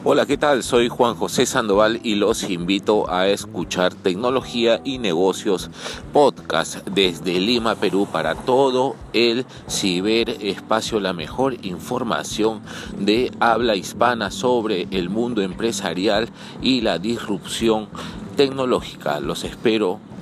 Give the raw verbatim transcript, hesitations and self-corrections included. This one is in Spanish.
Hola, ¿qué tal? Soy Juan José Sandoval y los invito a escuchar Tecnología y Negocios Podcast desde Lima, Perú, para todo el ciberespacio, la mejor información de habla hispana sobre el mundo empresarial y la disrupción tecnológica. Los espero